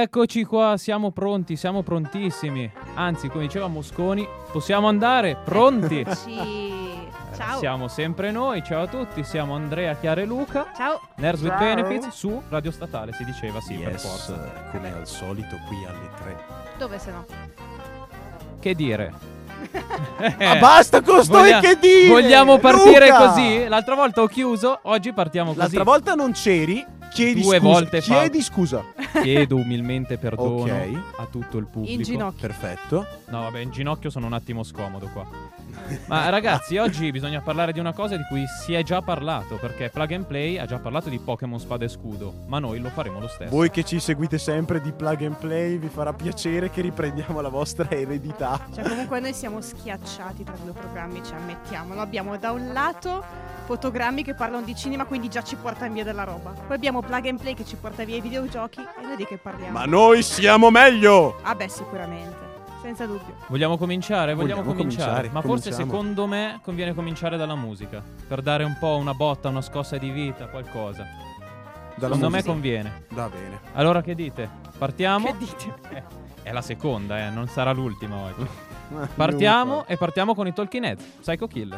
Eccoci qua, siamo pronti, siamo prontissimi. Anzi, come diceva Mosconi, possiamo andare pronti. Ciao. Siamo sempre noi, ciao a tutti, siamo Andrea, Chiara e Luca. Ciao. Nerds with Benefits su Radio Statale, si diceva, sì, per forza. Come al solito qui alle 3. Dove se no? Che dire? Ma basta con sto che dire! Vogliamo partire Luca! così? L'altra volta ho chiuso, oggi partiamo così. L'altra volta non c'eri. Chiedi Due scusa. volte fa. Chiedi scusa. Chiedo umilmente perdono Ok. a tutto il pubblico. In ginocchio. Perfetto. No, vabbè, in ginocchio sono un attimo scomodo qua. Ma ragazzi, oggi bisogna parlare di una cosa di cui si è già parlato, perché Plug and Play ha già parlato di Pokémon Spada e Scudo, ma noi lo faremo lo stesso. Voi che ci seguite sempre di Plug and Play, vi farà piacere che riprendiamo la vostra eredità. Cioè comunque noi siamo schiacciati tra due programmi, ci ammettiamolo. Abbiamo da un lato fotogrammi che parlano di cinema, quindi già ci portano via della roba. Poi abbiamo Plug and Play che ci porta via i videogiochi e noi di che parliamo? Ma noi siamo meglio! Ah beh, sicuramente, senza dubbio. Vogliamo cominciare? Vogliamo cominciare. Ma forse cominciamo. secondo me conviene cominciare dalla musica, per dare un po' una botta, una scossa di vita, qualcosa. Secondo me conviene. Va bene. Allora che dite? Partiamo? Che dite? È la seconda, non sarà l'ultima oggi. Partiamo Luca. e partiamo con i Talking Heads, Psycho Killer.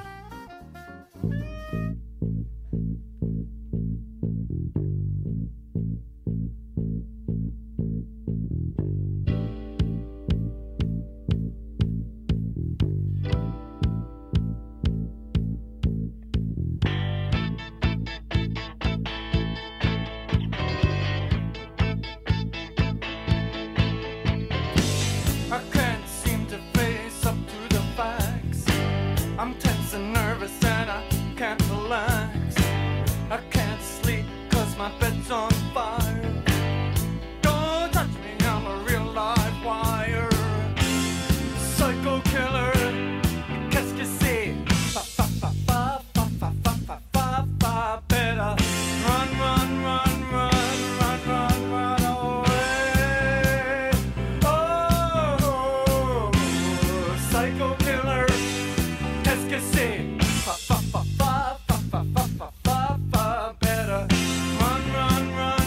I can't seem to face up to the facts. I'm tense and nervous and I can't relax. I can't sleep 'cause my bed's on fire. Don't touch me, I'm a real live wire. Psycho killer, qu'est-ce que c'est? Fa fa fa fa fa fa fa fa fa fa. Better run, run, run, run, run, run, run away. Oh, psycho killer, qu'est-ce que c'est? Fa fa fa fa fa fa fa fa fa fa. Better run, run, run,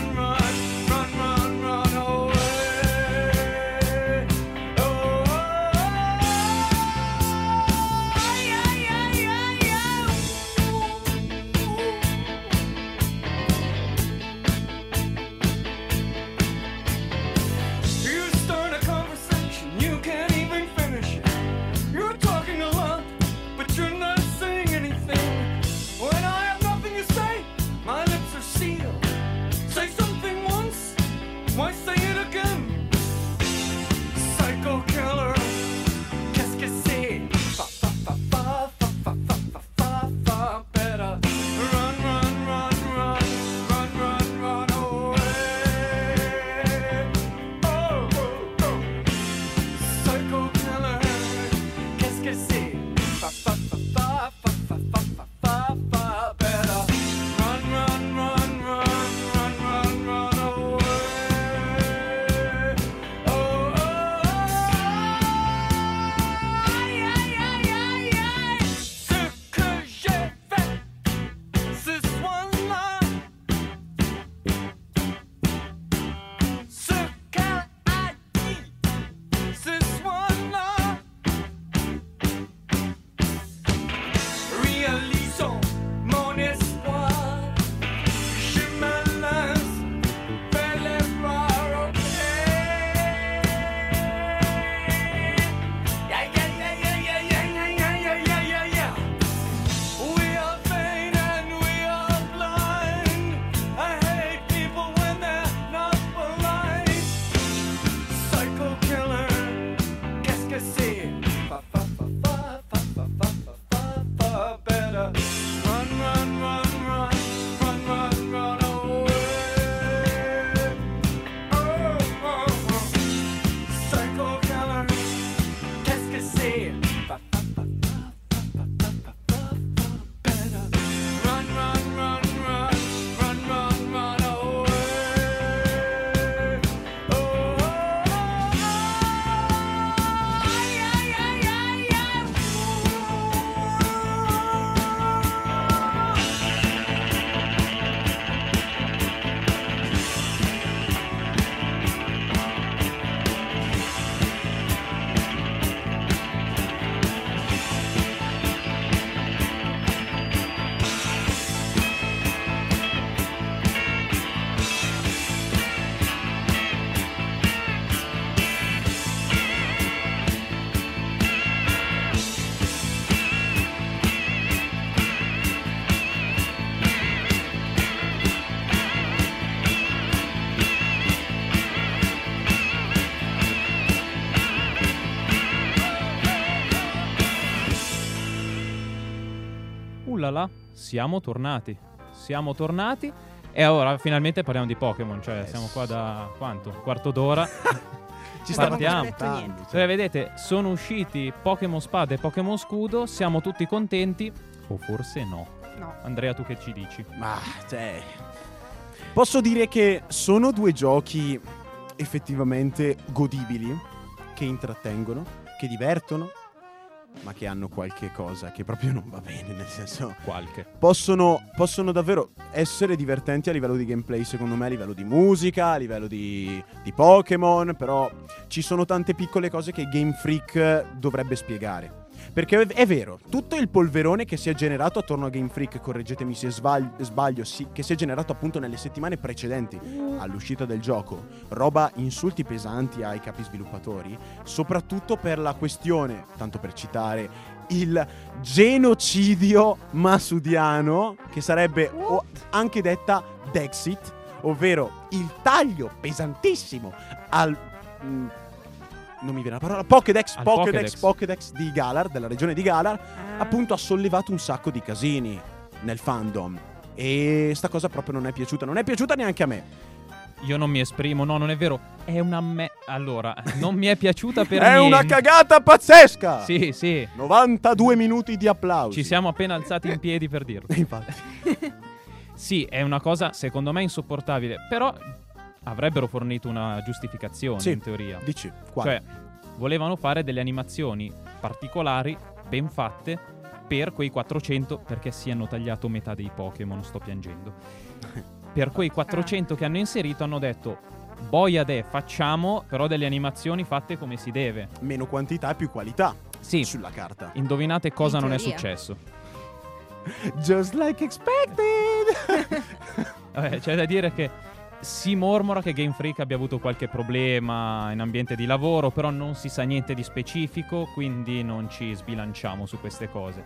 Ullala, siamo tornati. E ora finalmente parliamo di Pokémon. Cioè, siamo qua da quanto? Un quarto d'ora. Ci stiamo partiamo. aspettando niente. Cioè, vedete, sono usciti Pokémon Spada e Pokémon Scudo. Siamo tutti contenti. O forse no. No. Andrea, tu che ci dici? Ma, cioè, posso dire che sono due giochi effettivamente godibili, che intrattengono, che divertono, ma che hanno qualche cosa che proprio non va bene, nel senso... Qualche. Possono davvero essere divertenti a livello di gameplay, secondo me, a livello di musica, a livello di Pokémon, però ci sono tante piccole cose che Game Freak dovrebbe spiegare. Perché è vero, tutto il polverone che si è generato attorno a Game Freak, correggetemi se sbaglio, che si è generato appunto nelle settimane precedenti all'uscita del gioco, roba insulti pesanti ai capi sviluppatori, soprattutto per la questione, tanto per citare, il genocidio masudiano, che sarebbe anche detta Dexit, ovvero il taglio pesantissimo al... non mi viene la parola, Pokédex di Galar, della regione di Galar, appunto ha sollevato un sacco di casini nel fandom. E sta cosa proprio non è piaciuta neanche a me. Io non mi esprimo, no, non è vero. È una Allora, non mi è piaciuta per È niente. una cagata pazzesca! Sì, sì. 92 minuti di applausi. Ci siamo appena alzati in piedi per dirlo. Infatti. Sì, è una cosa secondo me insopportabile, però avrebbero fornito una giustificazione Sì. in teoria. Dici, quale? Cioè, volevano fare delle animazioni particolari, ben fatte, per quei 400, perché si hanno tagliato metà dei Pokémon, sto piangendo. Per quei 400 che hanno inserito hanno detto, boiade, facciamo però delle animazioni fatte come si deve. Meno quantità e più qualità Sì, sulla carta. indovinate cosa In non è teoria. successo. Just like expected. Vabbè, c'è da dire che si mormora che Game Freak abbia avuto qualche problema in ambiente di lavoro, però non si sa niente di specifico, quindi non ci sbilanciamo su queste cose.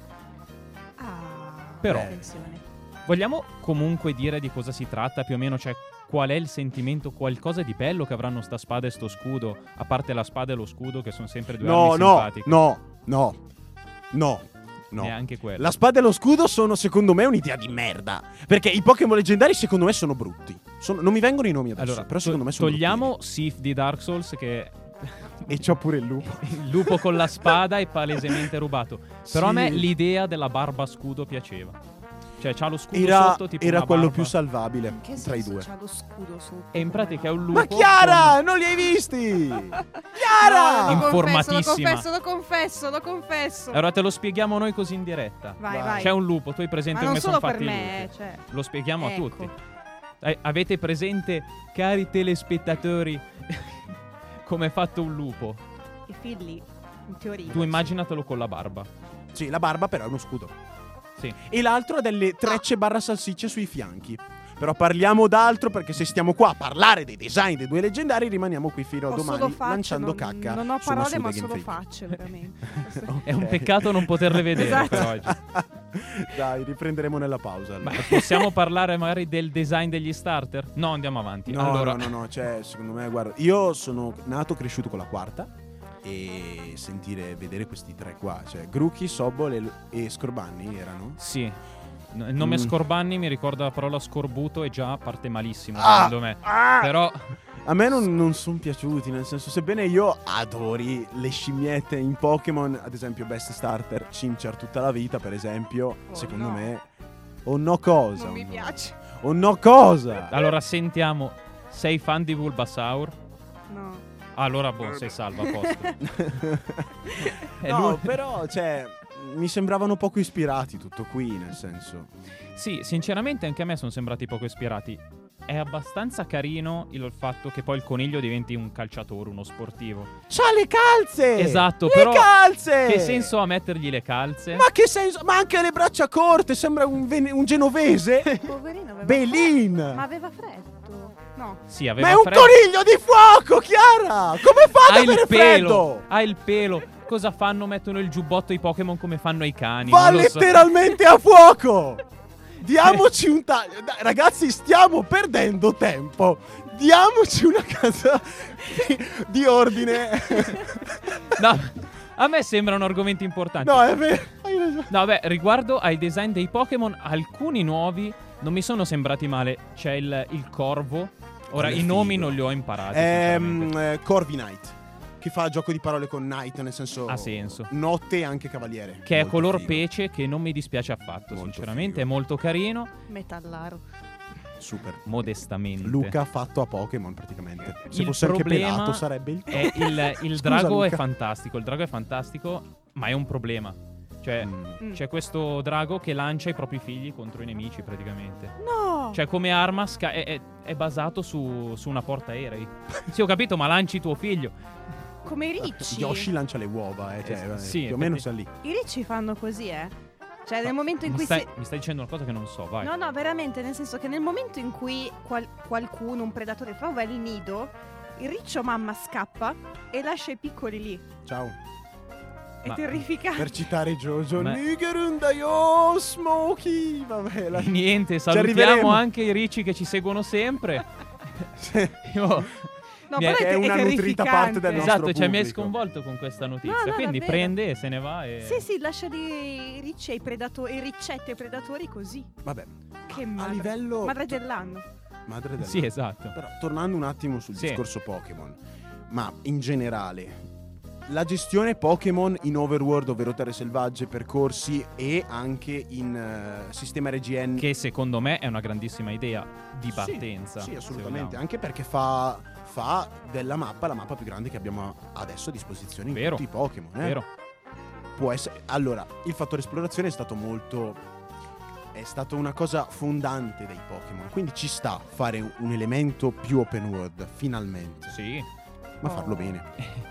Però- attenzione. Vogliamo comunque dire di cosa si tratta, più o meno, cioè qual è il sentimento, qualcosa di bello che avranno sta spada e sto scudo, a parte la spada e lo scudo che sono sempre due armi simpatiche. No. Neanche quello. La spada e lo scudo sono secondo me un'idea di merda. Perché i Pokémon leggendari secondo me sono brutti. Non mi vengono i nomi adesso, Allora, però secondo me sono togliamo Sif di Dark Souls che bruttini. E c'ho pure il lupo. il lupo con la spada è palesemente rubato. Però a Sì. me l'idea della barba scudo piaceva. Cioè c'ha lo scudo Era, sotto tipo era una quello barba. più salvabile Che tra i senso due. c'ha lo scudo sotto? E in pratica è un lupo. Ma Chiara, non li hai visti? Chiara! No, Informatissima. Lo confesso. Allora te lo spieghiamo noi così in diretta. Vai. C'è un lupo, tu hai presente Ma non come sono solo per fatti i me, lupi. cioè. Lo spieghiamo Ecco. a tutti. Avete presente, cari telespettatori, come è fatto un lupo? I figli, in teoria. Tu immaginatelo con la barba. Sì, la barba però è uno scudo. Sì. E l'altro ha delle trecce barra salsicce sui fianchi. Però parliamo d'altro, perché se stiamo qua a parlare dei design dei due leggendari rimaniamo qui fino a Ho domani solo facce, lanciando non, cacca. non ho su parole, Masuda ma Game solo Freak. facce, veramente. È un Ok. peccato non poterle vedere Esatto. per oggi. Dai, riprenderemo nella pausa. Ma allora. possiamo parlare magari del design degli starter? No, andiamo avanti. No, allora, no, cioè, secondo me, guarda, io sono nato, cresciuto con la quarta. E vedere questi tre qua, cioè Grookey, Sobol e Scorbanni erano. Sì. Il nome Mm. Scorbanni mi ricorda la parola scorbuto e già parte malissimo, Ah! secondo me. Però A me non sono piaciuti, nel senso, sebbene io adori le scimmiette in Pokémon, ad esempio Best Starter, Chimchar tutta la vita, per esempio, Oh, secondo no. me... O no cosa? Non mi piace. O no cosa? allora sentiamo, sei fan di Bulbasaur? No. Allora sei salvo a posto. È No, lui- però, cioè, mi sembravano poco ispirati tutto qui, nel senso... Sì, sinceramente anche a me sono sembrati poco ispirati. È abbastanza carino il fatto che poi il coniglio diventi un calciatore, uno sportivo. C'ha le calze! Esatto, le però calze! Che senso ha mettergli le calze? Ma che senso? Ma anche le braccia corte, sembra un genovese. Poverino, aveva Belin! freddo. Ma aveva freddo. No. Sì, Ma aveva è un freddo. coniglio di fuoco, Chiara! Come fa Ha ad il avere pelo, freddo? ha il pelo. Cosa fanno? Mettono il giubbotto ai Pokémon come fanno i cani. Va non lo so. letteralmente a fuoco! Diamoci un taglio. Dai, ragazzi, stiamo perdendo tempo. Diamoci una casa di ordine. No, a me sembrano argomenti importanti. No, è vero. Hai No, beh, riguardo ai design dei Pokémon, alcuni nuovi non mi sono sembrati male. C'è il corvo. Ora, Quello è i nomi figo. non li ho imparati, sinceramente. Corvi Knight, che fa gioco di parole con Knight, nel senso Ha senso. notte e anche cavaliere. Che è Molto color figo. pece, che non mi dispiace affatto, Molto sinceramente. figo. È molto carino, Metallaro. Super. modestamente. Luca fatto a Pokémon praticamente. Se Il fosse anche problema pelato sarebbe il È il Scusa, drago è Luca. fantastico. Il drago è fantastico, ma è un problema. Cioè, c'è questo drago che lancia i propri figli contro i nemici, praticamente. No! Cioè, come arma è basato su una portaerei. Sì, ho capito, ma lanci tuo figlio. Come i ricci. Yoshi lancia le uova, cioè, sì, più o meno perché- siamo lì. I ricci fanno così, Cioè, nel momento in Mi cui stai dicendo una cosa che non so, vai. No, no, veramente, nel senso che nel momento in cui qualcuno, un predatore, trova il nido, il riccio mamma scappa e lascia i piccoli lì. Ciao. È Ma- terrificante. Per citare Jojo, Ma- Nigerunda yo Smokey. Vabbè, Niente, Ci arriveremo. salutiamo anche i ricci che ci seguono sempre. Io- No, mi è- però che è una nutrita terrificante. parte del nostro Esatto, cioè mi hai pubblico. sconvolto con questa notizia. No, no, Quindi davvero. prende e se ne va. E... Sì, lascia i ricci ai predatori, i riccetti ai predatori così. Vabbè, Che a madre. livello Madre dell'anno. madre del Sì, esatto. Però tornando un attimo sul Sì. discorso Pokémon, ma in generale la gestione Pokémon in Overworld, ovvero terre selvagge, percorsi e anche in sistema RGN. Che secondo me è una grandissima idea di Sì, partenza. Sì, se assolutamente, vogliamo. anche perché fa della mappa la mappa più grande che abbiamo adesso a disposizione in Vero. tutti i Pokémon. Vero? Può essere. Allora, il fattore esplorazione è stato è stato una cosa fondante dei Pokémon. Quindi ci sta fare un elemento più open world, finalmente. Sì. Ma farlo bene.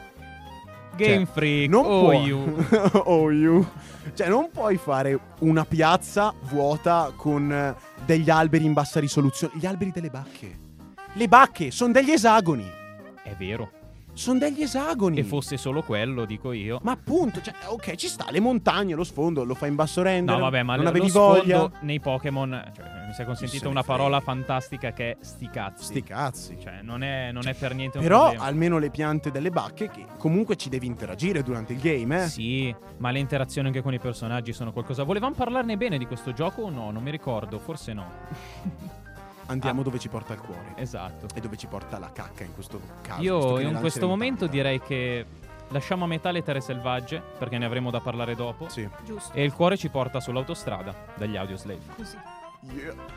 Game Freak, Non oh puoi. you. Oh, you. Cioè, non puoi fare una piazza vuota con degli alberi in bassa risoluzione. Gli alberi delle bacche. Le bacche sono degli esagoni. È vero. Sono degli esagoni. Che fosse solo quello, dico io. Ma appunto, cioè, ok, ci sta, le montagne, lo sfondo, lo fai in basso render. No, vabbè, ma non lo avevi sfondo voglia. nei Pokémon, cioè, mi si è consentita Se ne una frega. parola fantastica che è sti cazzi. Sti cazzi. Cioè, non è per niente un Però problema. almeno le piante delle bacche, che comunque ci devi interagire durante il game, Sì, ma le interazioni anche con i personaggi sono qualcosa. Volevamo parlarne bene di questo gioco o no? Non mi ricordo, forse no. Andiamo dove ci porta il cuore. Esatto. E dove ci porta la cacca in questo caso. visto Io che le in lance questo le momento montagne. direi che lasciamo a metà le terre selvagge, perché ne avremo da parlare dopo. Sì. Giusto. E il cuore ci porta sull'autostrada dagli Audioslave. Così. Yeah.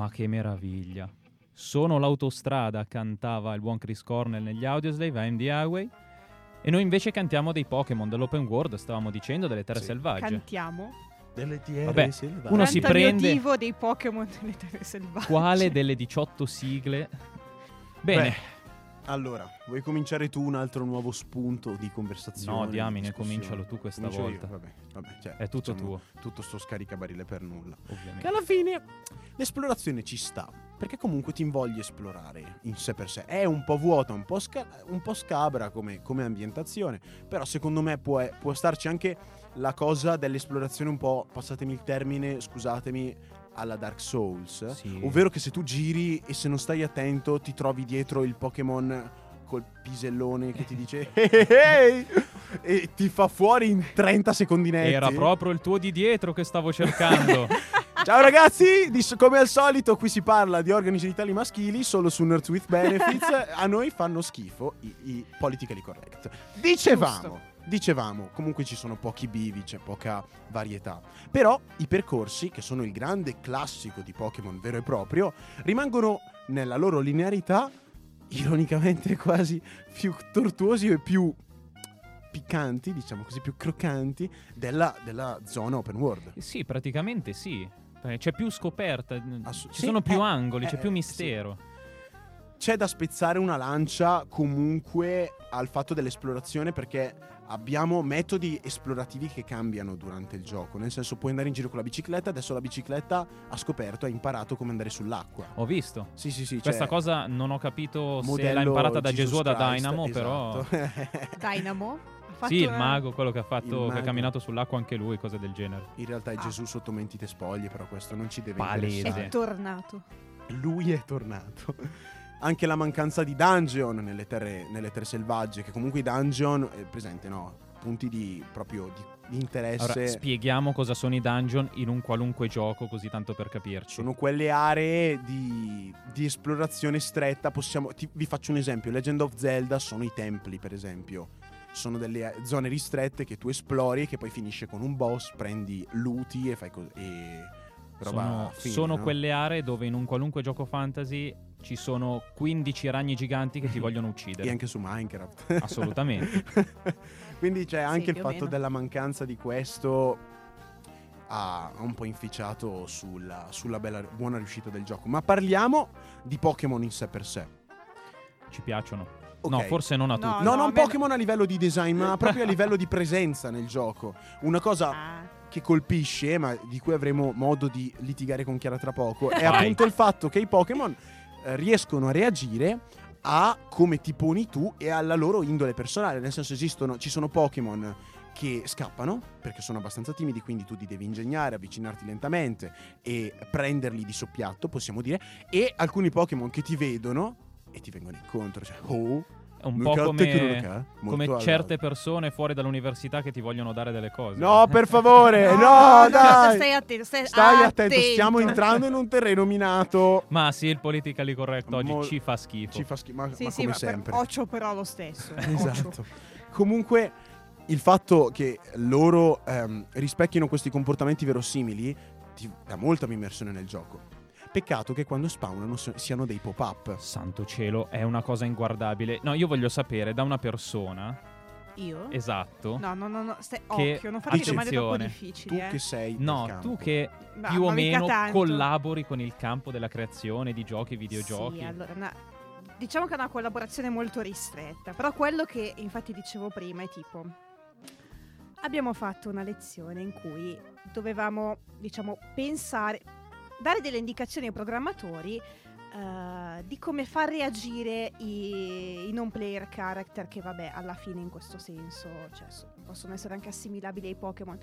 Ma che meraviglia. Sono l'autostrada, cantava il buon Chris Cornell negli Audioslave, I'm the Highway. E noi invece cantiamo dei Pokémon dell'open world, stavamo dicendo, delle terre Sì. selvagge. Cantiamo. Delle terre Vabbè, selvagge. uno si Canta il mio prende- divo dei Pokémon delle terre selvagge. Quale delle 18 sigle? Bene. Beh, allora, vuoi cominciare tu un altro nuovo spunto di conversazione? No, diamine, discussione? comincialo tu questa Comincio io, volta. Vabbè, cioè, È tutto diciamo, tuo, Tutto sto scaricabarile per nulla. ovviamente. Che alla fine l'esplorazione ci sta, perché comunque ti invoglia esplorare in sé per sé. È un po' vuota, un po' scabra come ambientazione, però secondo me può starci anche la cosa dell'esplorazione un po', passatemi il termine, scusatemi, alla Dark Souls. Sì. Ovvero che se tu giri e se non stai attento ti trovi dietro il Pokémon col pisellone che ti dice hey! E ti fa fuori in 30 secondinetti. Era proprio il tuo di dietro che stavo cercando. Ciao ragazzi, come al solito qui si parla di organi genitali maschili solo su Nerds with Benefits. A noi fanno schifo i politically correct. Dicevamo, comunque ci sono pochi bivi, c'è poca varietà. Però i percorsi, che sono il grande classico di Pokémon vero e proprio, rimangono nella loro linearità, ironicamente quasi più tortuosi e più piccanti, diciamo così, più croccanti della zona open world. Sì, praticamente sì. C'è più scoperta, ci Sì, sono più angoli, c'è più sì. mistero. C'è da spezzare una lancia comunque al fatto dell'esplorazione, perché abbiamo metodi esplorativi che cambiano durante il gioco. Nel senso, puoi andare in giro con la bicicletta, adesso la bicicletta ha imparato come andare sull'acqua. Ho visto. Sì, Questa cioè, cosa non ho capito se modello l'ha imparata da Jesus Gesù o da Christ, Dynamo, però... esatto. Dynamo? Ha fatto Sì, il una- mago, quello che ha Il fatto, che ha mago. camminato sull'acqua anche lui, cose del genere. In realtà è Gesù sotto mentite spoglie, però questo non ci deve Palese. interessare. È tornato. Lui è tornato. Anche la mancanza di dungeon nelle terre selvagge, che comunque i dungeon, presente, no? Punti di interesse. Allora, spieghiamo cosa sono i dungeon in un qualunque gioco, così tanto per capirci. Sono quelle aree di esplorazione stretta. Vi faccio un esempio: Legend of Zelda sono i templi, per esempio. Sono delle zone ristrette che tu esplori e che poi finisce con un boss, prendi luti e fai così. Sono quelle aree dove in un qualunque gioco fantasy ci sono 15 ragni giganti che ti vogliono uccidere. E anche su Minecraft. Assolutamente. Quindi c'è anche il più o fatto meno. della mancanza di questo ha un po' inficiato sulla buona riuscita del gioco. Ma parliamo di Pokémon in sé per sé. Ci piacciono. Ok. No, forse non a No, tutti. No, no, non a me- Pokémon a livello di design, ma proprio a livello di presenza nel gioco. Una cosa Ah, che colpisce, ma di cui avremo modo di litigare con Chiara tra poco, è Vai. appunto il fatto che i Pokémon riescono a reagire a come ti poni tu e alla loro indole personale. Nel senso, ci sono Pokémon che scappano perché sono abbastanza timidi, quindi tu ti devi ingegnare, avvicinarti lentamente e prenderli di soppiatto, possiamo dire, e alcuni Pokémon che ti vedono e ti vengono incontro, cioè È un mica po' te che non come, è che, molto come alla- certe persone fuori dall'università che ti vogliono dare delle cose. No, per favore, no, dai. Stai attento, Stai attento, stiamo entrando in un terreno minato. Ma sì, il politically correct oggi Mo- ci fa schifo. Ci fa schifo, ma Sì, come sì, ma sempre. per occhio però lo stesso. Esatto. Comunque, il fatto che loro rispecchino questi comportamenti verosimili ti dà molta immersione nel gioco. Peccato che quando spawnano siano dei pop-up. Santo cielo, è una cosa inguardabile. No, io voglio sapere da una persona, Io? esatto. No, stai Che- occhio, non farmi domande troppo attenzione, difficili, Tu che sei No, del campo. tu che Ma- più o ma mica meno tanto. collabori con il campo della creazione di giochi, videogiochi. Sì, allora, diciamo che è una collaborazione molto ristretta, però quello che infatti dicevo prima è tipo abbiamo fatto una lezione in cui dovevamo, diciamo, pensare, dare delle indicazioni ai programmatori di come far reagire i non player character, che vabbè, alla fine in questo senso, cioè, possono essere anche assimilabili ai Pokémon.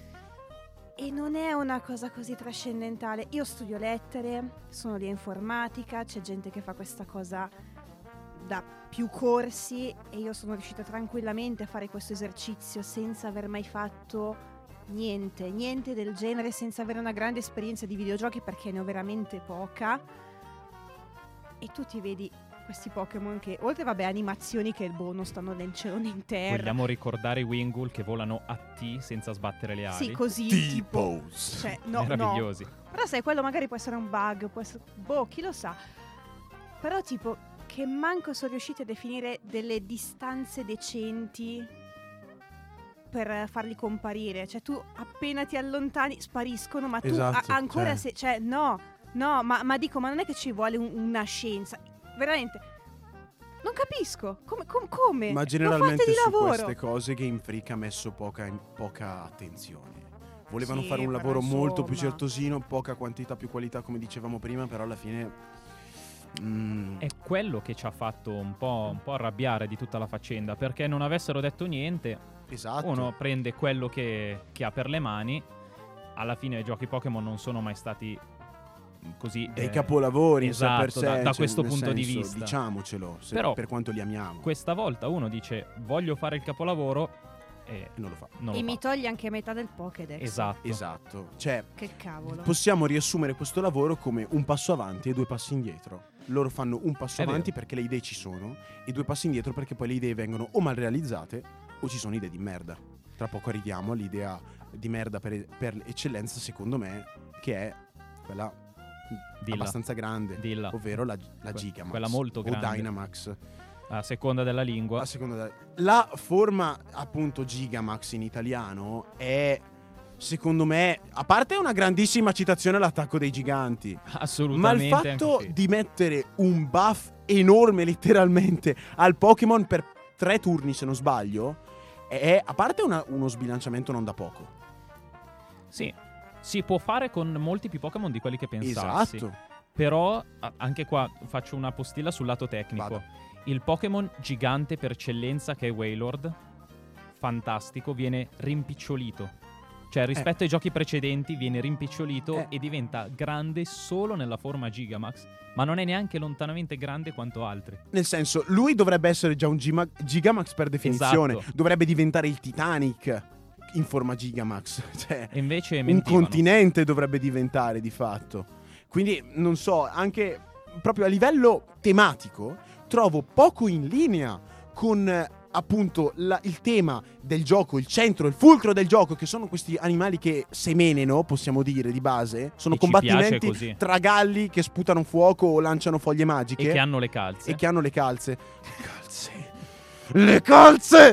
E non è una cosa così trascendentale. Io studio lettere, sono di informatica, c'è gente che fa questa cosa da più corsi e io sono riuscita tranquillamente a fare questo esercizio senza aver mai fatto niente del genere, senza avere una grande esperienza di videogiochi, perché ne ho veramente poca. E tu ti vedi questi Pokémon che, oltre vabbè animazioni che non stanno né in cielo né in terra. Vogliamo ricordare i Wingull che volano a T senza sbattere le ali? Sì, così. tipo. T-pose. Cioè, no. Meravigliosi. Però sai, quello magari può essere un bug, può essere... Boh, chi lo sa. Però tipo, che manco sono riusciti a definire delle distanze decenti per farli comparire. Cioè, tu appena ti allontani spariscono, ma tu Esatto, ancora cioè. Cioè, no, ma dico, ma non è che ci vuole una scienza. Veramente, non capisco. Come? Ma Lo generalmente fate di su lavoro. queste cose Game Freak ha messo poca attenzione. Volevano Sì, fare un però lavoro molto più insomma. certosino, poca quantità più qualità come dicevamo prima, però alla fine È quello che ci ha fatto un po' arrabbiare di tutta la faccenda, perché non avessero detto niente, esatto. uno prende quello che ha per le mani. Alla fine i giochi Pokémon non sono mai stati così dei capolavori in sé esatto, per sé, da cioè, questo nel punto di senso, vista. diciamocelo, Però per quanto li amiamo. Questa volta uno dice voglio fare il capolavoro e Non lo fa. non E lo mi fa. toglie anche metà del Pokédex. Esatto. Cioè, Che cavolo. possiamo riassumere questo lavoro come un passo avanti e 2 passi indietro. Loro fanno un passo È avanti vero. perché le idee ci sono e 2 passi indietro perché poi le idee vengono o mal realizzate o ci sono idee di merda. Tra poco arriviamo all'idea di merda per eccellenza, secondo me, che è quella Dilla. abbastanza grande, Dilla. ovvero la Gigamax. quella molto grande. O Dynamax. A seconda della lingua. A seconda la forma appunto Gigamax in italiano è, secondo me, a parte una grandissima citazione all'attacco dei giganti, ma il Assolutamente. fatto anche sì. di mettere un buff enorme letteralmente al Pokémon per 3 turni, se non sbaglio, è a parte uno sbilanciamento non da poco. Sì, si può fare con molti più Pokémon di quelli che pensassi. Esatto. Però anche qua faccio una postilla sul lato tecnico. Vada. Il Pokémon gigante per eccellenza che è Wailord, fantastico, viene rimpicciolito. Cioè rispetto ai giochi precedenti viene rimpicciolito e diventa grande solo nella forma Gigamax, ma non è neanche lontanamente grande quanto altri. Nel senso, lui dovrebbe essere già un Gigamax per definizione. Esatto. Dovrebbe diventare il Titanic in forma Gigamax. Cioè, E invece un mentivano. continente dovrebbe diventare di fatto. Quindi, non so, anche proprio a livello tematico, trovo poco in linea con appunto il tema del gioco, il centro, il fulcro del gioco, che sono questi animali che semeneno, possiamo dire, di base. Sono E ci piace combattimenti così. tra galli che sputano fuoco o lanciano foglie magiche. E che hanno le calze. E che hanno le calze. Le calze. Le calze!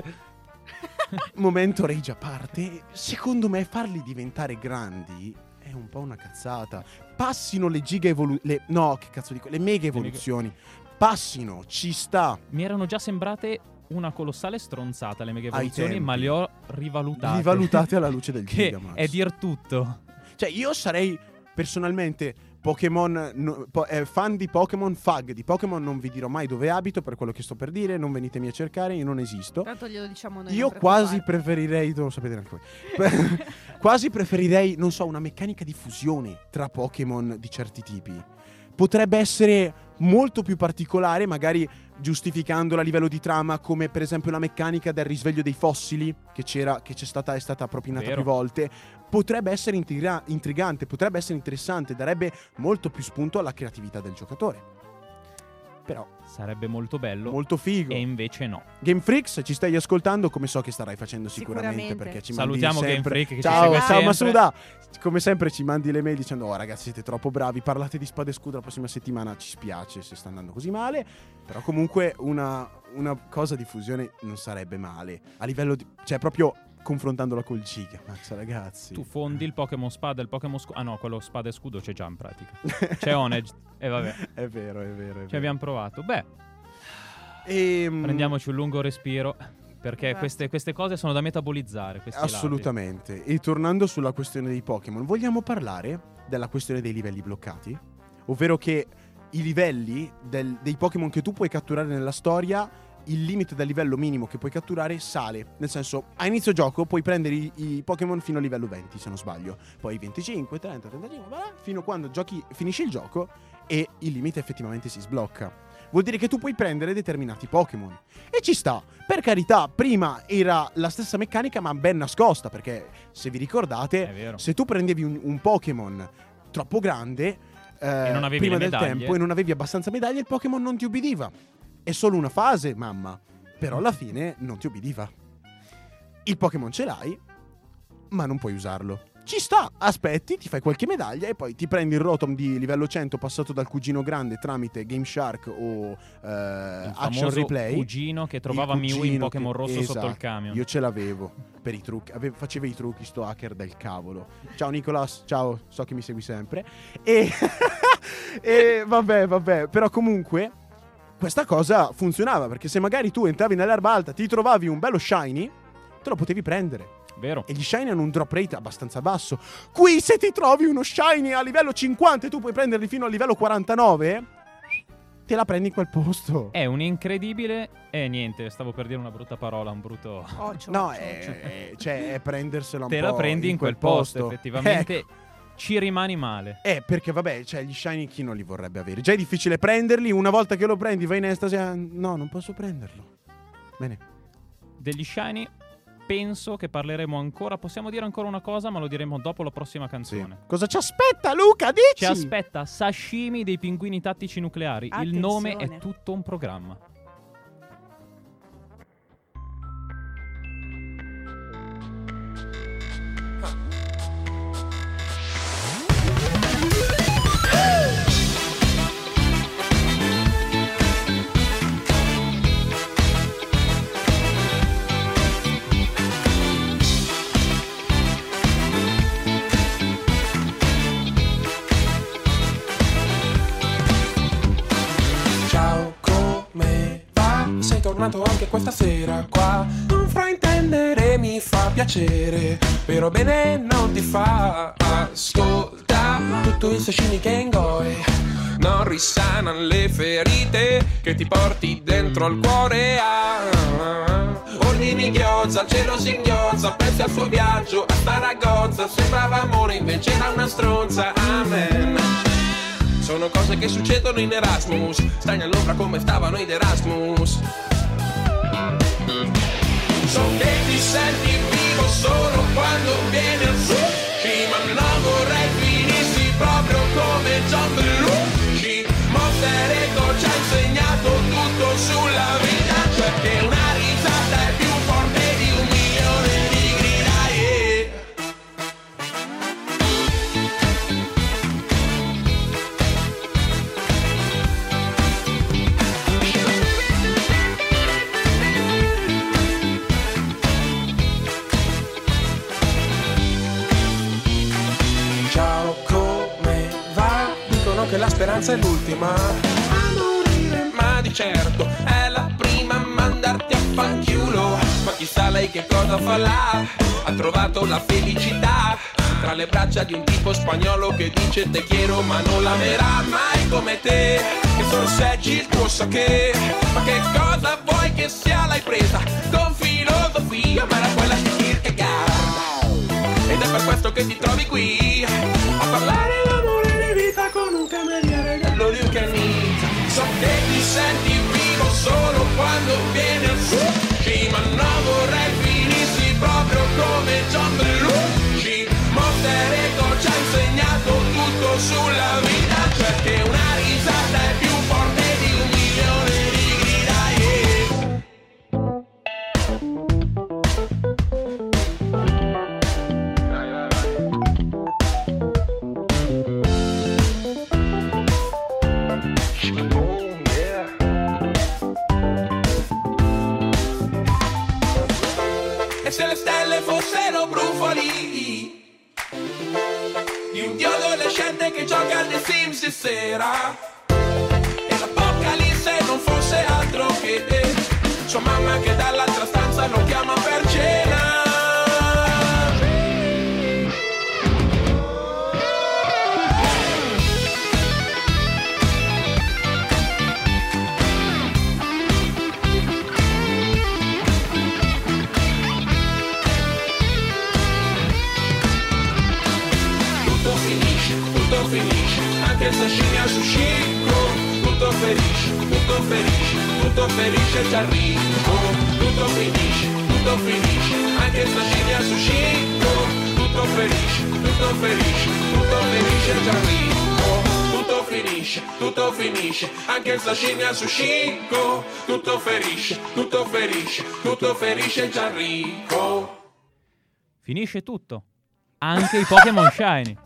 Momento rage a parte. Secondo me farli diventare grandi è un po' una cazzata. Passino le giga evoluzioni. No, che cazzo dico? Le mega evoluzioni. Passino, ci sta. Mi erano già sembrate una colossale stronzata le mega Ai evoluzioni, tempi. ma le ho rivalutate. Rivalutate alla luce del Che Gigamax. è dir tutto. Cioè, io sarei personalmente Pokémon fan di Pokémon, fag di Pokémon. Non vi dirò mai dove abito per quello che sto per dire. Non venitemi a cercare, io non esisto. Tanto glielo diciamo noi. Io non quasi preoccupare. preferirei, non lo sapete neanche voi. Quasi preferirei, non so, una meccanica di fusione tra Pokémon di certi tipi. Potrebbe essere molto più particolare, magari giustificandola a livello di trama, come per esempio la meccanica del risveglio dei fossili che è stata propinata Vero. più volte. Potrebbe essere intrigante, potrebbe essere interessante, darebbe molto più spunto alla creatività del giocatore. Però Sarebbe molto bello. molto figo. E invece no. Game Freak, se ci stai ascoltando, come so che starai facendo sicuramente, Sicuramente. perché ci Salutiamo mandi Game sempre... Freak che ci ciao, segue ciao sempre. Masuda. Come sempre ci mandi le mail dicendo: oh ragazzi, siete troppo bravi, parlate di Spada e Scudo la prossima settimana. Ci spiace se sta andando così male, però comunque una cosa di fusione non sarebbe male. A livello di... cioè proprio confrontandola col Gigamax, ragazzi. Tu fondi il Pokémon Spada e il Pokémon Scudo. Ah no, quello Spada e Scudo c'è già in pratica. C'è Onedge. E vabbè, È vero, è vero. ci abbiamo provato. Beh, Mm. prendiamoci un lungo respiro, perché Esatto. queste cose sono da metabolizzare. Questi Assolutamente. E tornando sulla questione dei Pokémon, vogliamo parlare della questione dei livelli bloccati? Ovvero che i livelli dei Pokémon che tu puoi catturare nella storia, il limite del livello minimo che puoi catturare sale. Nel senso, a inizio gioco puoi prendere i Pokémon fino a livello 20, se non sbaglio. Poi 25, 30, 35, fino a quando finisci il gioco e il limite effettivamente si sblocca. Vuol dire che tu puoi prendere determinati Pokémon. E ci sta. Per carità, prima era la stessa meccanica ma ben nascosta, perché se vi ricordate, È vero. se tu prendevi un Pokémon troppo grande, non avevi prima le del medaglie. tempo e non avevi abbastanza medaglie, il Pokémon non ti ubbidiva. È solo una fase, mamma. Però alla fine non ti ubbidiva. Il Pokémon ce l'hai, ma non puoi usarlo. Ci sta, aspetti, ti fai qualche medaglia e poi ti prendi il Rotom di livello 100 passato dal cugino grande tramite Game Shark o Il Action famoso Replay. cugino che trovava Il Mew in cugino Pokémon che- Rosso sotto il esatto, camion. Io ce l'avevo per i trucchi, faceva i trucchi sto hacker del cavolo. Ciao Nicolas, ciao, so che mi segui sempre. E, e vabbè, però comunque questa cosa funzionava, perché se magari tu entravi nell'erba alta, ti trovavi un bello shiny, te lo potevi prendere. Vero? E gli shiny hanno un drop rate abbastanza basso. Qui se ti trovi uno shiny a livello 50 e tu puoi prenderli fino a livello 49, te la prendi in quel posto. È un incredibile... niente, stavo per dire una brutta parola, un brutto... Occhio, No, occhio, occhio. è prendersela un Te po' la prendi in quel posto, effettivamente Ecco. ci rimani male. Perché vabbè, cioè gli shiny chi non li vorrebbe avere? Già è difficile prenderli, una volta che lo prendi vai in estasi, no, non posso prenderlo. Bene. Degli shiny penso che parleremo ancora, possiamo dire ancora una cosa, ma lo diremo dopo la prossima Sì. canzone. Cosa ci aspetta, Luca? Dici! Ci aspetta Sashimi dei pinguini tattici nucleari. Il nome è Attenzione. tutto un programma. Ciao, come va? Sei tornato anche questa sera qua. Non fraintendere mi fa piacere, però bene non ti fa. Ascolta, tutto il sashimi Game Boy non risana le ferite che ti porti dentro al cuore. Ordini ghiozza, il cielo si inghiozza, pensi al suo viaggio a Saragozza. Sembrava amore, invece era una stronza. Amen. Sono cose che succedono in Erasmus. Stai all'ombra come stavano id Erasmus. So che ti senti vivo solo quando vieni al sushi, ma non vorrei finissi proprio come John Belushi. Monster Echo ci ha insegnato tutto sulla vita, cioè che una risata è più forte di 1 milione di grida, yeah. Ciao, come va? Dicono che la speranza è l'ultima a morire, ma di certo è la prima a mandarti a fanchiulo. Ma chissà lei che cosa fa là? Ha trovato la felicità tra le braccia di un tipo spagnolo che dice te quiero ma non l'amerà mai come te, che sorseggi il tuo sake. Ma che cosa vuoi che sia? L'hai presa con filosofia, ma era quella di Kierkegaard. Ed è per questo che ti trovi qui a parlare d'amore di vita con un cameriere dello Lucanita. So che ti senti vivo solo quando vieni al sushi, ma non vorrei finissi proprio come John Belushi. Monster Echo ci ha insegnato tutto sulla vita, cioè che una risata è più forte di 1 milione di grida, yeah. E se le stelle fossero brufoli di un dio adolescente che gioca alle Sims di sera, e l'apocalisse non fosse altro che sua mamma che dall'altra stanza lo chiama per cena. Tutto finisce, anche il sashimi al sushiko. Tutto ferisce, ci arrivo. Tutto finisce, anche il sashimi al sushiko. Tutto ferisce, ci arrivo. tutto finisce, anche il sashimi al sushiko. Tutto ferisce, tutto ferisce Gianrico. Finisce tutto. Anche i Pokémon Shiny.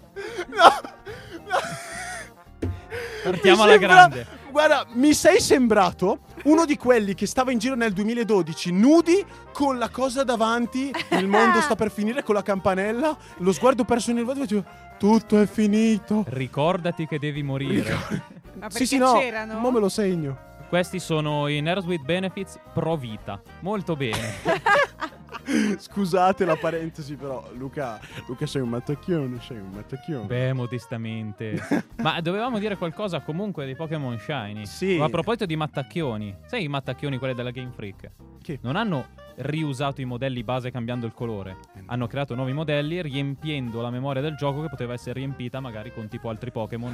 Partiamo alla grande. Guarda, mi sei sembrato uno di quelli che stava in giro nel 2012 nudi con la cosa davanti, il mondo sta per finire, con la campanella, lo sguardo perso nel vuoto e dicevo, tutto è finito. Ricordati che devi morire. Ma perché Sì, no, c'erano? mo me lo segno. Questi sono i Nerds with Benefits Pro Vita. Molto bene. Scusate la parentesi, però Luca sei un mattacchione, Beh, modestamente. Ma dovevamo dire qualcosa comunque dei Pokémon Shiny. Sì. Ma a proposito di mattacchioni, sai i mattacchioni quelli della Game Freak? Che? Non hanno riusato i modelli base cambiando il colore. Hanno creato nuovi modelli riempiendo la memoria del gioco che poteva essere riempita magari con tipo altri Pokémon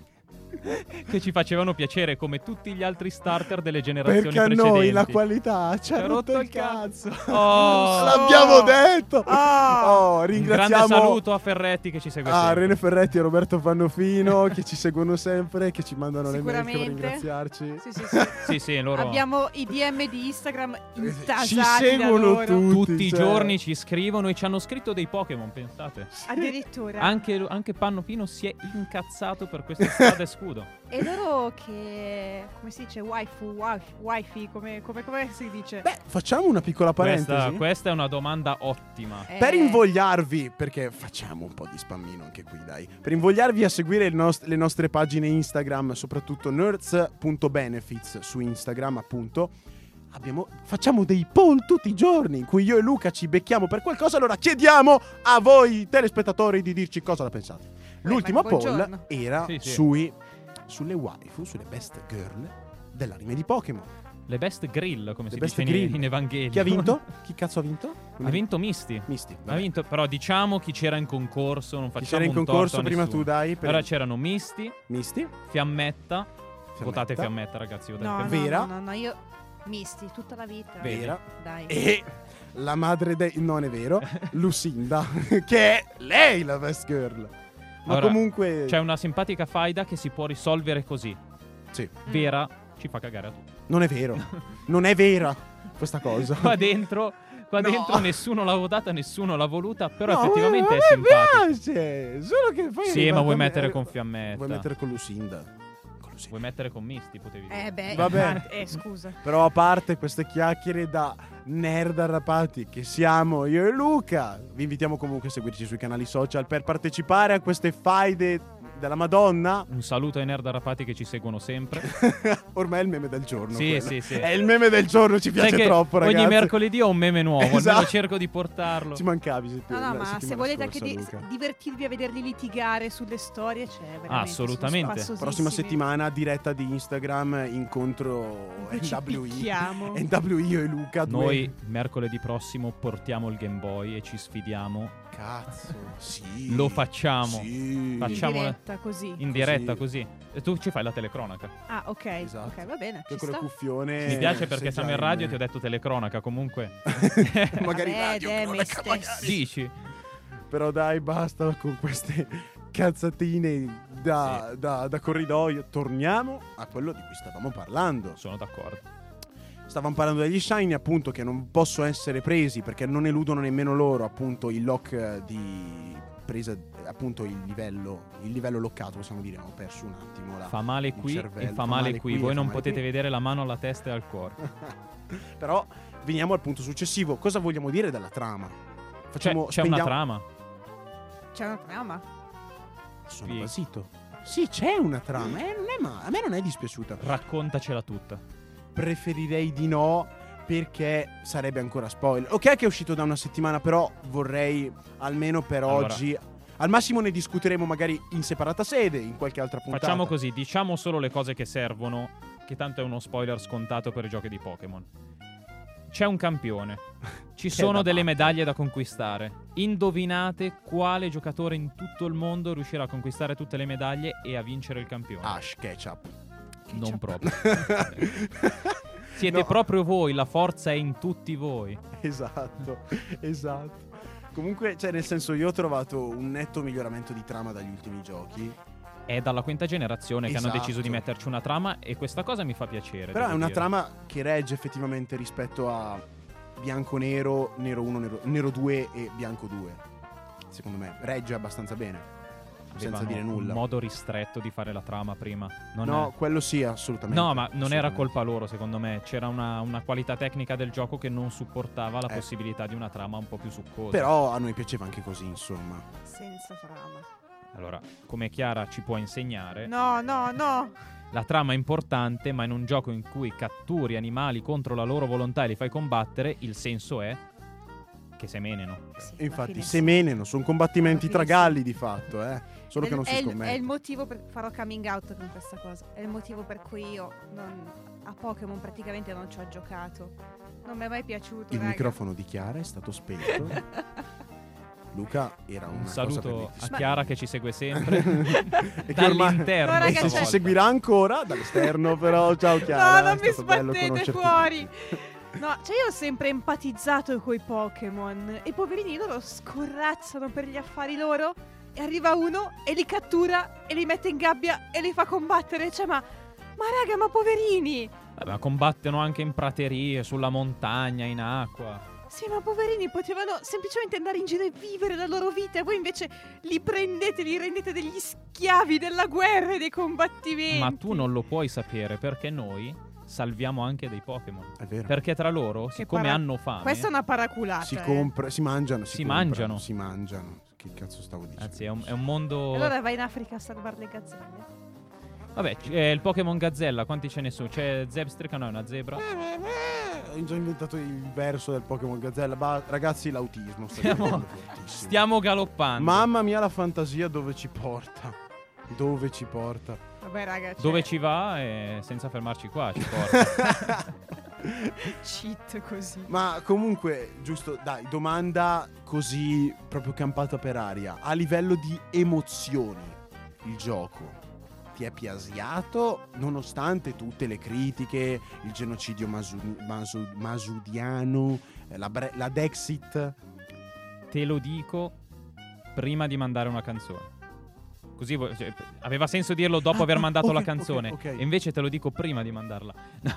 che ci facevano piacere come tutti gli altri starter delle generazioni Perché a precedenti. noi la qualità ci ha rotto il cazzo. Oh. L'abbiamo detto. Oh. Un Ringraziamo grande saluto a Ferretti che ci segue a sempre. Rene Ferretti e Roberto Pannofino che ci seguono sempre, che ci mandano le mail per Sicuramente. ringraziarci. Sì. Sì, sì, loro Abbiamo i DM di Instagram intasati Ci da seguono loro. tutti i cioè. giorni ci scrivono e ci hanno scritto dei Pokémon, pensate. Addirittura. Anche Pannofino si è incazzato per questa spada e scudo. E loro che, come si dice, wifi, come si dice? Beh, facciamo una piccola parentesi. Questa è una domanda ottima. Per invogliarvi, perché facciamo un po' di spammino anche qui, dai. Per invogliarvi a seguire le nostre pagine Instagram, soprattutto nerds.benefits su Instagram, appunto. Facciamo dei poll tutti i giorni in cui io e Luca ci becchiamo per qualcosa. Allora chiediamo a voi telespettatori di dirci cosa la pensate. L'ultimo ma poll buongiorno. era Sì. sulle waifu, sulle best girl dell'anime di Pokémon. Le best grill, come Le si best dice grill. in Evangelio. Chi ha vinto? Chi cazzo ha vinto? Ha vinto Misty. Misty. Ha vabbè. vinto, però diciamo chi c'era in concorso, non Chi facciamo c'era in un concorso torto a prima nessuno. tu, dai. Per Allora c'erano Misty, Misty. Fiammetta. Votate Fiammetta. Fiammetta, ragazzi. Votate No, Fiammetta. Vera. no, io misti tutta la vita. Vera. Dai. E la madre non è vero, Lucinda, che è lei la best girl. Ma Allora, comunque C'è una simpatica faida che si può risolvere così. sì, Vera ci fa cagare a tutti. non è vero. Non è vera questa cosa. Qua dentro No. nessuno l'ha votata, nessuno l'ha voluta, però No, effettivamente ma è mi simpatica. piace. Solo che poi Sì, ma vuoi mettere con Fiammetta. Vuoi mettere con Lucinda. Con Lucinda. Vuoi mettere con Misty, potevi dire. Beh, Vabbè. scusa. Però a parte queste chiacchiere da nerd arrapati che siamo io e Luca, vi invitiamo comunque a seguirci sui canali social per partecipare a queste faide della Madonna. Un saluto ai nerd arrapati che ci seguono sempre. Ormai è il meme del giorno. Sì, quello. sì, sì. È il meme del giorno, ci piace Sai che troppo, ragazzi. ogni mercoledì ho un meme nuovo, Esatto. almeno cerco di portarlo. Ci mancavi No, la ma se settimana volete scorsa, anche Luca. divertirvi a vederli litigare sulle storie, c'è veramente. Assolutamente. sono spassosissimi. Prossima settimana diretta di Instagram, incontro In cui ci NWI. picchiamo. NWI io e Luca. Noi mercoledì prossimo portiamo il Game Boy e ci sfidiamo. Cazzo, sì. Lo facciamo. Sì. Facciamo- In diretta così. In diretta così. E tu ci fai la telecronaca. Ah, ok. Esatto. Ok, va bene. Che Ci con le sta. cuffione. Mi piace perché sei siamo già in radio e ti ho detto telecronaca. Comunque magari Vabbè, radio, dai, cronaca, me magari. stesso. dici. Però dai, basta con queste cazzatine da corridoio. Torniamo a quello di cui stavamo parlando. Sono d'accordo. Stavamo parlando degli shiny, appunto, che non possono essere presi perché non eludono nemmeno loro, appunto, il lock di presa, appunto, il livello loccato, possiamo dire. Ho perso un attimo Fa male il qui cervello. e fa male qui. Voi e non fa male potete qui. vedere la mano alla testa e al cuore. Però veniamo al punto successivo. Cosa vogliamo dire della trama? C'è una spendiamo- trama. C'è una trama. Sono Spiega. basito. Sì, c'è una trama. A me non è dispiaciuta. Raccontacela tutta. Preferirei di no, perché sarebbe ancora spoiler. Ok che è uscito da una settimana, però vorrei almeno per Allora. oggi. Al massimo ne discuteremo magari in separata sede, in qualche altra puntata. Facciamo così, diciamo solo le cose che servono, che tanto è uno spoiler scontato per i giochi di Pokémon. C'è un campione. Ci Che sono da delle pazzi. medaglie da conquistare. Indovinate quale giocatore in tutto il mondo riuscirà a conquistare tutte le medaglie e a vincere il campione. Ash Ketchup. Non proprio. Siete No. proprio voi, la forza è in tutti voi. Esatto, esatto. Comunque, cioè, nel senso, io ho trovato un netto miglioramento di trama dagli ultimi giochi. è dalla quinta generazione che hanno deciso di Esatto. metterci una trama, e questa cosa mi fa piacere. Però è devo una dire. trama che regge effettivamente rispetto a bianco-nero, nero 1, nero 2 e bianco 2. Secondo me regge abbastanza bene. Senza Avevano dire nulla. un modo ristretto di fare la trama prima. Non No, è- quello sì, assolutamente. No, ma non era Assolutamente. colpa loro, secondo me. C'era una qualità tecnica del gioco che non supportava la Eh. possibilità di una trama un po' più succosa. Però a noi piaceva anche così, insomma. Senza trama. Allora, come Chiara ci può insegnare, No, no, no. la trama è importante, ma in un gioco in cui catturi animali contro la loro volontà e li fai combattere, il senso è che semeneno. Sì, E infatti, alla fine semeneno, sono combattimenti Alla tra fine sì. galli di fatto, Solo che non si è scommette. il motivo per farò coming out con questa cosa. È il motivo per cui io a Pokémon praticamente non ci ho giocato. Non mi è mai piaciuto. Il raga. microfono di Chiara è stato spento. Luca era una Un cosa per saluto a me. Chiara che ci segue sempre E che ormai- dall'interno. No, e raga, se cioè- ci seguirà ancora dall'esterno, però ciao Chiara. No, non è mi stato bello sbattete conoscerti. fuori. No, cioè io ho sempre empatizzato coi Pokémon. E i poverini loro scorrazzano per gli affari loro. E arriva uno e li cattura e li mette in gabbia e li fa combattere. Cioè, ma raga, ma poverini. Ma combattono anche in praterie, sulla montagna, in acqua. Sì, ma poverini potevano semplicemente andare in giro e vivere la loro vita. E voi invece li prendete, li rendete degli schiavi della guerra e dei combattimenti. Ma tu non lo puoi sapere, perché noi salviamo anche dei Pokémon. È vero. Perché tra loro, siccome para- hanno fame, Questa è una paraculata. Si eh. compra, si mangiano, Si comprano, mangiano. si mangiano. Che cazzo stavo dicendo? anzi è un mondo... Allora vai in Africa a salvare le gazzelle. Vabbè, il Pokémon Gazzella, quanti ce ne sono? C'è Zebstrika, no, è una zebra. Ho già inventato il verso del Pokémon Gazzella. Ragazzi, l'autismo sta Stiamo- diventando fortissimo. Stiamo galoppando. Mamma mia, la fantasia dove ci porta. Dove ci porta? Vabbè, raga, cioè, Dove ci va e senza fermarci qua ci porta. cheat così. Ma comunque, giusto, dai, domanda così proprio campata per aria. A livello di emozioni, il gioco ti è piasiato nonostante tutte le critiche, il genocidio masudiano, la Dexit? Te lo dico prima di mandare una canzone. Così cioè, aveva senso dirlo dopo aver mandato ok, la canzone. ok. E invece te lo dico prima di mandarla.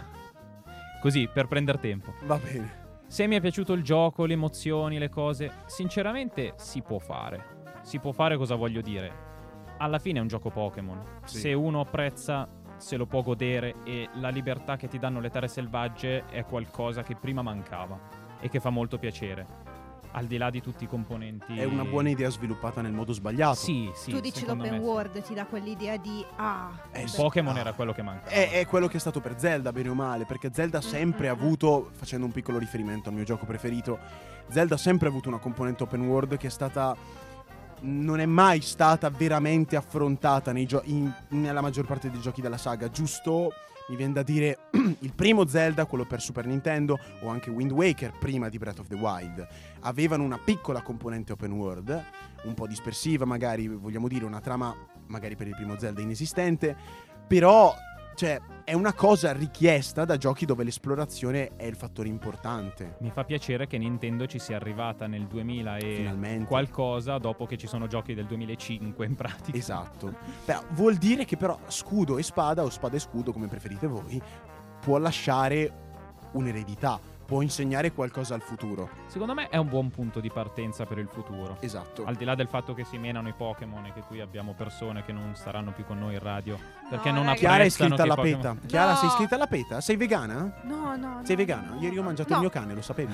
Così, per prendere tempo. Va bene. Se mi è piaciuto il gioco, le emozioni, le cose, sinceramente si può fare. Si può fare, cosa voglio dire? Alla fine è un gioco Pokémon. Sì. Se uno apprezza, se lo può godere, e la libertà che ti danno le terre selvagge è qualcosa che prima mancava e che fa molto piacere. Al di là di tutti i componenti. È una buona idea sviluppata nel modo sbagliato. Sì, sì. Tu dici secondo l'open me sì. world ti dà quell'idea di Eh Il sì. Pokémon Ah. era quello che mancava. È quello che è stato per Zelda, bene o male, perché Zelda ha sempre avuto, facendo un piccolo riferimento al mio gioco preferito, Zelda ha sempre avuto una componente open world che è stata... non è mai stata veramente affrontata nella maggior parte dei giochi della saga. Giusto, mi viene da dire, il primo Zelda, quello per Super Nintendo, o anche Wind Waker, prima di Breath of the Wild, avevano una piccola componente open world, un po' dispersiva magari, vogliamo dire, una trama magari per il primo Zelda inesistente, però... cioè, è una cosa richiesta da giochi dove l'esplorazione è il fattore importante. Mi fa piacere che Nintendo ci sia arrivata nel 2000 e Finalmente. qualcosa, dopo che ci sono giochi del 2005 in pratica. Esatto. Però vuol dire che però scudo e spada, o spada e scudo, come preferite voi, può lasciare un'eredità, può insegnare qualcosa al futuro. Secondo me è un buon punto di partenza per il futuro. Esatto. Al di là del fatto che si menano i Pokémon e che qui abbiamo persone che non staranno più con noi in radio perché non raga. Chiara è apprezzano iscritta che i alla Pokémon- PETA. Chiara, No. sei iscritta alla PETA? Sei vegana? No, no. Sei no, vegana? no, Ieri ho mangiato no. il mio cane, lo sapevi?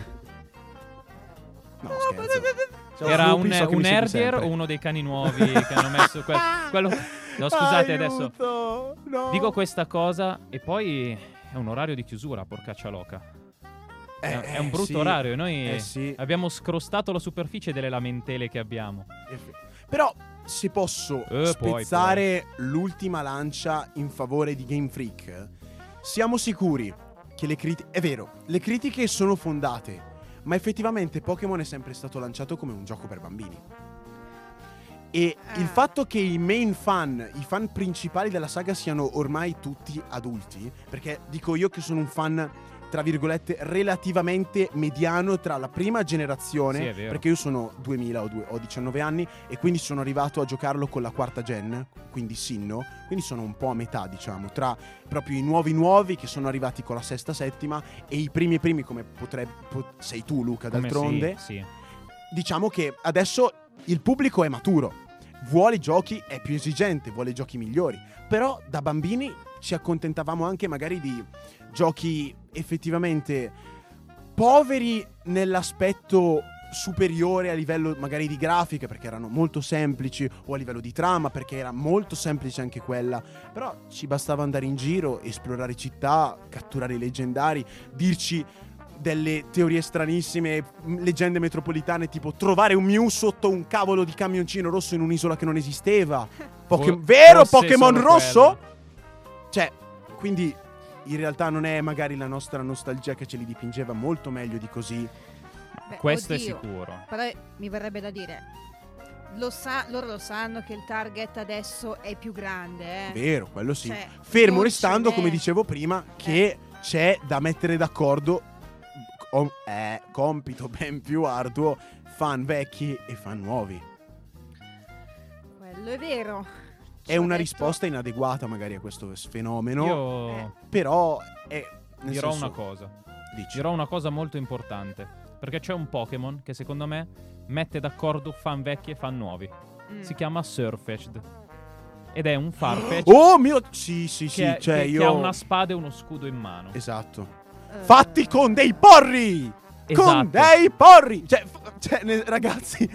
No, scherzo. Ciao, Era Snoopy, so che un mi segui herdier sempre. o uno dei cani nuovi che hanno messo quello... No, scusate, adesso Aiuto, no. dico questa cosa e poi è un orario di chiusura, porcaccia loca. È un brutto sì. orario e noi Sì. abbiamo scrostato la superficie delle lamentele che abbiamo. Però se posso Puoi. spezzare l'ultima lancia in favore di Game Freak, siamo sicuri che le critiche... È vero, le critiche sono fondate, ma effettivamente Pokémon è sempre stato lanciato come un gioco per bambini. E il fatto che i main fan, i fan principali della saga siano ormai tutti adulti, perché dico io che sono un fan tra virgolette, relativamente mediano tra la prima generazione, Sì, è vero. perché io sono 2000, ho 19 anni e quindi sono arrivato a giocarlo con la quarta gen, quindi Sinnoh, quindi sono un po' a metà, diciamo, tra proprio i nuovi che sono arrivati con la sesta, settima e i primi come sei tu, Luca, Come d'altronde. sì. Diciamo che adesso il pubblico è maturo, vuole giochi, è più esigente, vuole giochi migliori, però da bambini ci accontentavamo anche magari di giochi effettivamente poveri nell'aspetto superiore a livello magari di grafica, perché erano molto semplici, o a livello di trama, perché era molto semplice anche quella, però ci bastava andare in giro, esplorare città, catturare i leggendari, dirci delle teorie stranissime, leggende metropolitane, tipo trovare un Mew sotto un cavolo di camioncino rosso in un'isola che non esisteva. Vero Forse Pokémon solo rosso? quello. Cioè, quindi in realtà non è magari la nostra nostalgia che ce li dipingeva molto meglio di così. Beh, Questo è oddio, sicuro. Però mi verrebbe da dire, loro lo sanno che il target adesso è più grande, Vero, quello sì. Cioè, Fermo non restando, ce n'è. come dicevo prima, che c'è da mettere d'accordo compito ben più arduo, fan vecchi e fan nuovi. Quello è vero. È Ci ho una detto- risposta inadeguata magari a questo fenomeno, Io però è... nel dirò senso- una cosa. Dici. Dirò una cosa molto importante. Perché c'è un Pokémon che secondo me mette d'accordo fan vecchi e fan nuovi. Mm. Si chiama Surfetch'd. Ed è un Farfetch Oh mio... Sì, che, cioè che- io... che ha una spada e uno scudo in mano. Esatto. Eh, Fatti con dei porri! Esatto. Con dei porri! Ragazzi,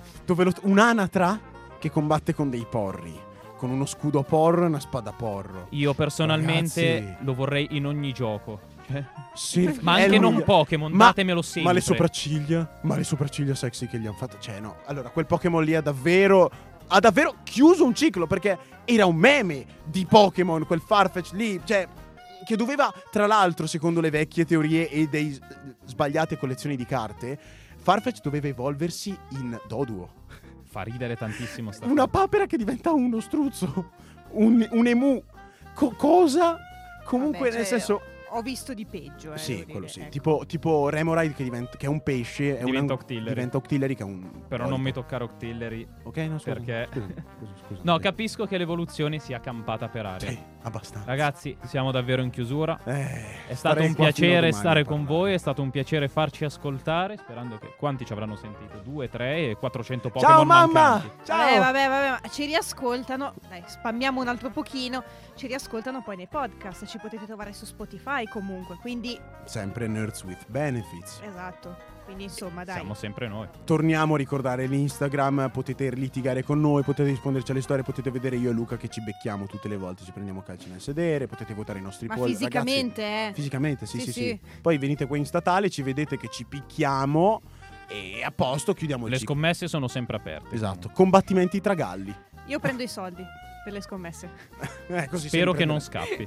un'anatra che combatte con dei porri. Con uno scudo porro e una spada porro. Io personalmente Ragazzi. lo vorrei in ogni gioco. Cioè, Sì, ma è anche lui. non Pokémon, Ma- datemelo sempre. Ma le sopracciglia sexy che gli hanno fatto. Cioè, no. Allora, quel Pokémon lì ha davvero chiuso un ciclo, perché era un meme di Pokémon, quel Farfetch lì. Cioè, che doveva, tra l'altro, secondo le vecchie teorie e dei sbagliate collezioni di carte, Farfetch doveva evolversi in Doduo. Fa ridere tantissimo sta Una cosa. papera che diventa uno struzzo. Un emu. Cosa? Comunque, vabbè, nel cioè, senso... Ho visto di peggio, Sì, devo quello dire, sì. ecco. Tipo Remoraid che è un pesce. Diventa Octillery. Diventa Octillery che è un... Però non mi toccare Octillery. Ok, no, scusa. Perché- Scusa. No, capisco che l'evoluzione sia campata per aria. Sì, abbastanza. Ragazzi, siamo davvero in chiusura. È stato starei un qua fino a piacere domani stare a con parlare. voi, è stato un piacere farci ascoltare, sperando che quanti ci avranno sentito? 2, 3 e 400 Ciao Pokémon mamma! mancanti. Ciao! Vabbè, ma ci riascoltano. Dai, spammiamo un altro pochino. Ci riascoltano poi nei podcast. Ci potete trovare su Spotify comunque. Quindi, Sempre Nerds with Benefits. esatto. Quindi, insomma, dai. Siamo sempre noi. Torniamo a ricordare l'Instagram, potete litigare con noi, potete risponderci alle storie, potete vedere io e Luca che ci becchiamo tutte le volte, ci prendiamo calci nel sedere, potete votare i nostri Ma polli. fisicamente, Ragazzi, fisicamente, sì, Sì, sì, sì. Poi venite qua in statale, ci vedete che ci picchiamo e a posto chiudiamo il Le ciclo. scommesse sono sempre aperte. Esatto, combattimenti tra galli. Io prendo i soldi per le scommesse. Così Spero sempre che non andrà. scappi.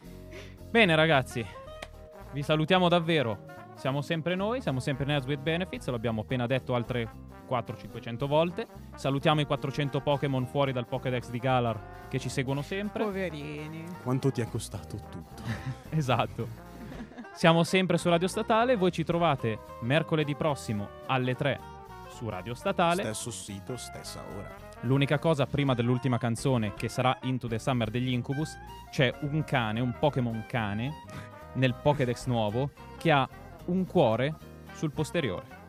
Bene ragazzi, vi salutiamo davvero. Siamo sempre noi, siamo sempre Nerds with Benefits, l'abbiamo appena detto altre 400-500 volte. Salutiamo i 400 Pokémon fuori dal Pokédex di Galar che ci seguono sempre. Poverini. Quanto ti è costato tutto? Esatto. Siamo sempre su Radio Statale, voi ci trovate mercoledì prossimo alle 3 su Radio Statale. Stesso sito, stessa ora. L'unica cosa prima dell'ultima canzone, che sarà Into the Summer degli Incubus, c'è un cane, un Pokémon cane nel Pokédex nuovo che ha un cuore sul posteriore.